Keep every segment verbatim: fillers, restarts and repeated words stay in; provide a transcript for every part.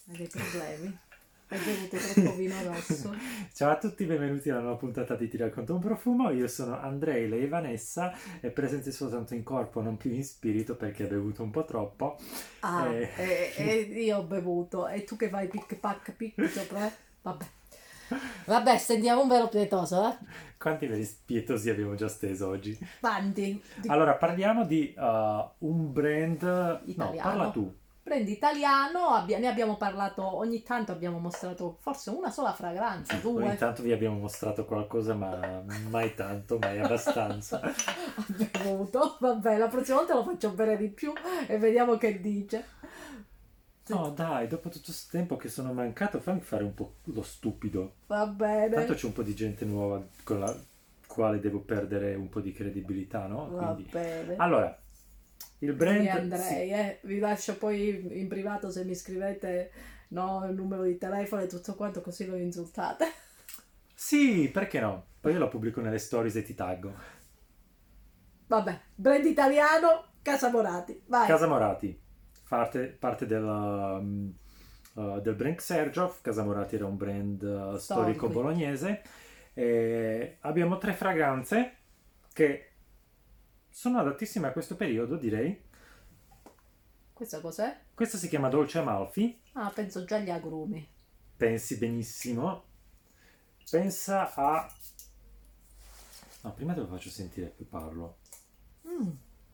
Hai dei problemi? Hai bevuto troppo vino rosso? Ciao a tutti, benvenuti alla nuova puntata di Ti racconto un profumo. Io sono Andrei, lei è Vanessa, è presente soltanto in corpo, non più in spirito perché ha bevuto un po' troppo. Ah, E... e, e io ho bevuto. E tu che fai pic pac pic sopra? eh? Vabbè. Vabbè, stendiamo un velo pietoso, eh? Quanti veri spietosi abbiamo già steso oggi? Tanti. Di- Allora, parliamo di uh, un brand... No, parla Italiano. tu. Prendi italiano, abbia- ne abbiamo parlato ogni tanto, abbiamo mostrato forse una sola fragranza, Ogni due. tanto vi abbiamo mostrato qualcosa, ma mai tanto, mai abbastanza. Ha bevuto. Vabbè, la prossima volta lo faccio bere di più e vediamo che dice. Sì, No, dai, dopo tutto questo tempo che sono mancato, fammi fare un po' lo stupido. va Tanto bene, c'è un po' di gente nuova con la quale devo perdere un po' di credibilità, no? va Quindi, bene. allora, il Di brand, sì, Andrei, eh. Vi lascio poi in privato se mi scrivete no, il numero di telefono e tutto quanto così lo insultate. sì, perché no? Poi io lo pubblico nelle stories e ti taggo. Vabbè, brand italiano, Casa Morati, vai. Casa Morati, parte, parte della, um, uh, del brand Xerjoff. Casa Morati era un brand uh, storico Storico. bolognese. E abbiamo tre fragranze che sono adattissime a questo periodo, direi. Questa cos'è? Questa si chiama Dolce Amalfi. Ah, penso già agli agrumi. Pensi benissimo. Pensa a... No, prima te lo faccio sentire e poi parlo. Mm,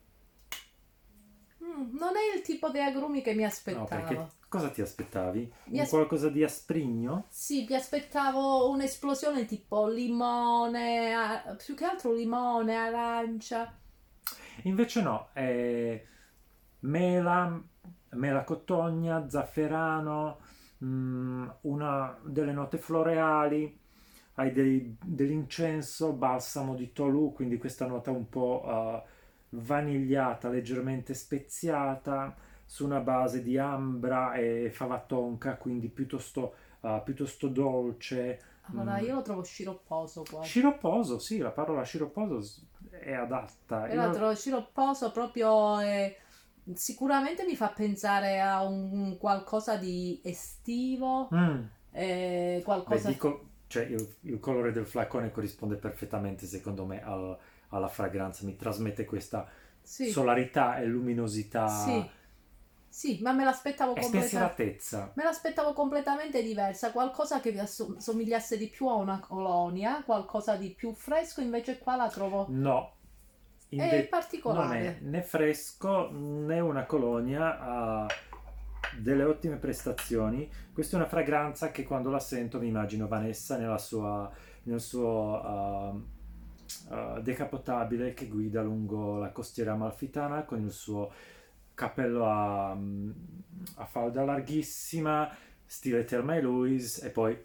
mm, non è il tipo di agrumi che mi No, perché aspettavo. cosa ti aspettavi? Mi Un as- qualcosa di asprigno? sì, mi aspettavo un'esplosione tipo limone, a- più che altro limone, arancia. Invece no, è mela, mela cotogna, zafferano, mm, una delle note floreali, hai dei- dell'incenso, balsamo di Tolu, quindi questa nota un po' eh, vanigliata, leggermente speziata, su una base di ambra e fava tonka, quindi piuttosto, eh, piuttosto dolce. Allora, mm. io lo trovo sciropposo quasi. Sciropposo, sì, la parola sciropposo s- è adatta. Io lo Io trovo sciropposo proprio... eh, sicuramente mi fa pensare a un qualcosa di estivo, Mm. eh, Beh, qualcosa... dico, cioè il, il colore del flacone corrisponde perfettamente, secondo me, al- alla fragranza. Mi trasmette questa Sì, solarità e luminosità sì, sì, ma me l'aspettavo e completa- spensieratezza. me l'aspettavo completamente diversa, qualcosa che vi assom- somigliasse di più a una colonia, qualcosa di più fresco, invece qua la trovo... No, in è de- non è particolare. né fresco né una colonia, ha delle ottime prestazioni. Questa è una fragranza che quando la sento mi immagino Vanessa nella sua, nel suo uh, uh, decapotabile che guida lungo la costiera amalfitana con il suo cappello a, a falda larghissima, stile Thelma e Louise, e poi...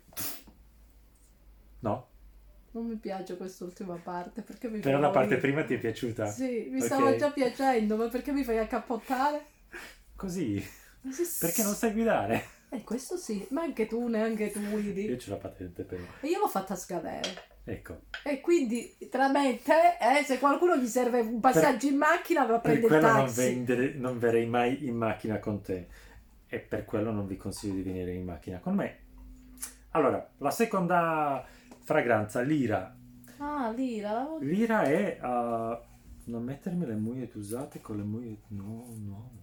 No? Non mi piace quest'ultima parte perché mi fai Però la parte morire. prima ti è piaciuta? Sì, mi stava Ok. già piacendo, ma perché mi fai accappottare? Così? Sì, Perché non sì. sai guidare? Eh, questo sì, ma anche tu, neanche tu Io guidi. c'ho la patente però. E io l'ho fatta scadere. Ecco. E quindi tra me e te, eh, se qualcuno gli serve un Per, passaggio in macchina, va a per prendere il quello non, taxi. vendere, non verrei mai in macchina con te. E per quello non vi consiglio di venire in macchina con me. Allora, la seconda fragranza, Lira. Ah, lira, l'avevo... Lira è... uh, non mettermi le muie usate con le muie... No, no.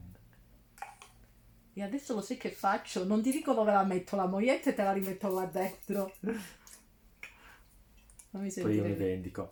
E adesso lo sai che faccio? Non ti dico dove la metto la moglietta e te la rimetto là dentro. Fammi Poi io mi sentire qui. vendico.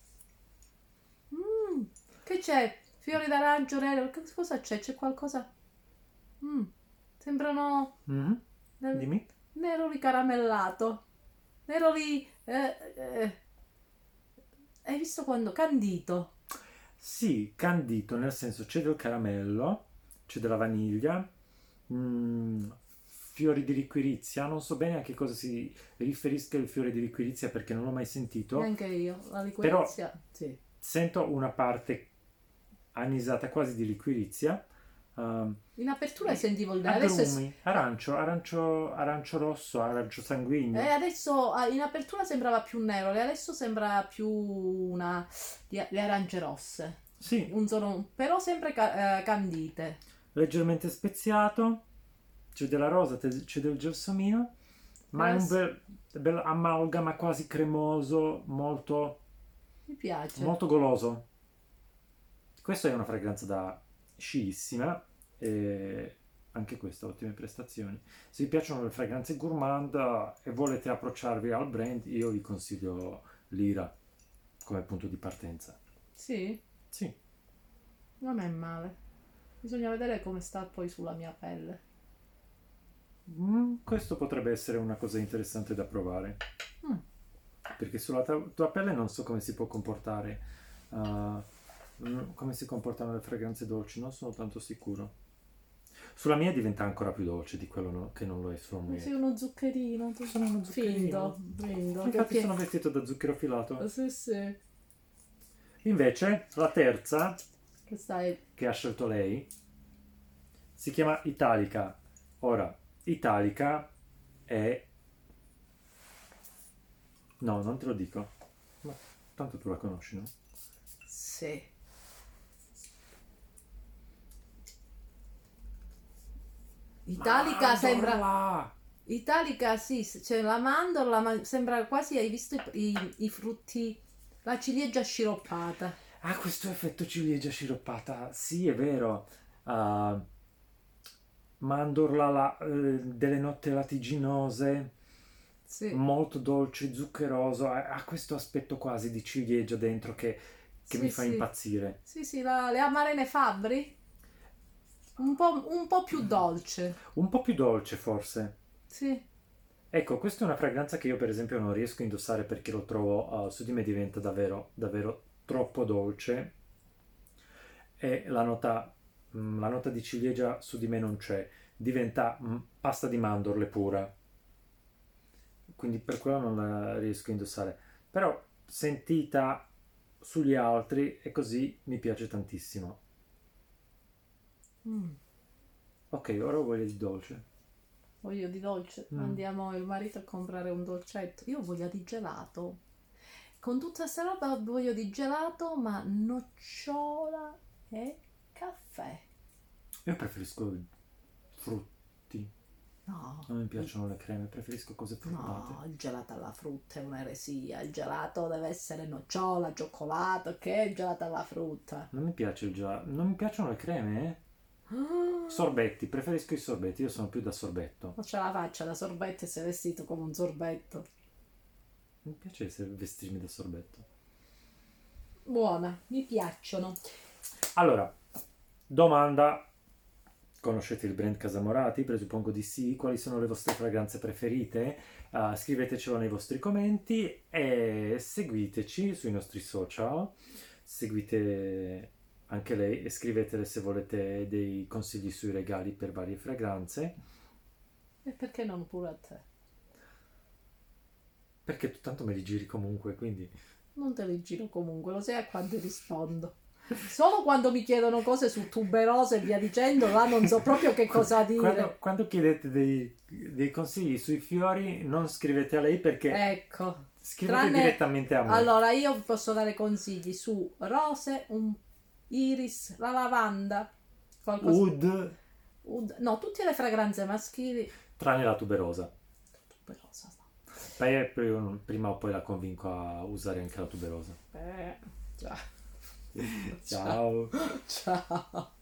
Mm, che c'è? Fiori d'arancio nero, che cosa c'è? C'è qualcosa? Mm, sembrano Mhm. nel- Dimmi. nero ricaramellato. Nero ri... eh, eh, hai visto quando? Candito. Sì, candito, nel senso c'è del caramello, c'è della vaniglia, mm, fiori di liquirizia, non so bene a che cosa si riferisca il fiore di liquirizia perché non l'ho mai sentito, Neanche io. La però liquirizia, sì. sento una parte annisata quasi di liquirizia, um, In apertura sentivo il... Adesso è... agrumi, arancio, arancio, arancio rosso, arancio E sanguigno. adesso ah, in apertura sembrava più nero, e adesso sembra più una... di- le arance rosse. Sì, Un sono... però sempre ca- eh, candite. leggermente speziato, c'è della rosa, te- c'è del gelsomino, ma è un Yes. bel, bel amalgama quasi cremoso, molto, Mi piace. molto goloso. Questa è una fragranza da sciissima, e anche questa ha ottime prestazioni. Se vi piacciono le fragranze gourmand e volete approcciarvi al brand, io vi consiglio l'Ira come punto di partenza. Sì, Sì, non è male. Bisogna vedere come sta poi sulla mia pelle. Mm, questo potrebbe essere una cosa interessante da provare. Mm. Perché sulla tua, tua pelle non so come si può comportare, uh, mm, come si comportano le fragranze dolci, non sono tanto sicuro. Sulla mia diventa ancora più dolce di quello no- che non lo è sulla mia. Sei uno zuccherino. tu- Sono uno Finto, zuccherino. finto. Infatti Perché... sono vestito da zucchero filato. Sì, sì. Invece la terza, Questa è... che ha scelto lei, si chiama Italica. Ora, Italica è... No, non te lo dico. Ma tanto tu la conosci, no? Sì. Italica sembra... Mandorla! Italica sì, s- c'è la mandorla, ma sembra quasi, hai visto i, i- i frutti, la ciliegia sciroppata. Ah, questo effetto ciliegia sciroppata. Sì, è vero. Ah, mandorla, la- eh, delle note lattiginose, Sì, molto dolce, zuccheroso. Ha, ha questo aspetto quasi di ciliegia dentro che, che sì, mi fa sì. impazzire. Sì, sì, la- le amarene Fabbri, un po', un po' più dolce. Un po' più dolce, forse. Sì, Ecco, questa è una fragranza che io per esempio non riesco a indossare perché lo trovo, uh, su di me diventa davvero, davvero troppo dolce e la nota, mm, la nota di ciliegia su di me non c'è, diventa mm, pasta di mandorle pura, quindi per quello non la riesco a indossare. Però sentita sugli altri e così mi piace tantissimo. Mm, Ok, ora ho voglia di dolce. voglio di dolce. Mm. Andiamo il marito a comprare un dolcetto. Io ho voglia di gelato. Con tutta questa roba ho voglia di gelato, ma nocciola e caffè. Io preferisco i frutti, No, non mi piacciono le creme, preferisco cose fruttate. no, il gelato alla frutta è un'eresia. Il gelato deve essere nocciola, cioccolato, che è il gelato alla frutta. Non mi piace il gelato, non mi piacciono le creme, eh? Ah, Sorbetti, preferisco i sorbetti, io sono più da sorbetto. non ce la faccia da sorbetto e sei vestito come un sorbetto. Mi piace essere- vestirmi da sorbetto. Buona, mi piacciono. Allora, domanda. Conoscete il brand Casamorati? Presuppongo di sì. Quali sono le vostre fragranze preferite? Uh, scrivetecelo nei vostri commenti e seguiteci sui nostri social. Seguite anche lei e scrivetele se volete dei consigli sui regali per varie fragranze. E perché non pure a te? Perché tu tanto me li giri comunque, quindi... Non te li giro comunque, lo sai a quando rispondo. Solo quando mi chiedono cose su tuberose e via dicendo, là non so proprio che cosa dire. Quando, quando chiedete dei, dei consigli sui fiori, non scrivete a lei perché Ecco. scrivete tranne- direttamente a me. Allora, io vi posso dare consigli su rose, un iris, la lavanda, qualcosa... Oud, Ud- no, tutte le fragranze maschili. tranne la tuberosa. Tuberosa, no. Beh, pr- prima o poi la convinco a usare anche la tuberosa. Eh, già. Ciao. Ciao.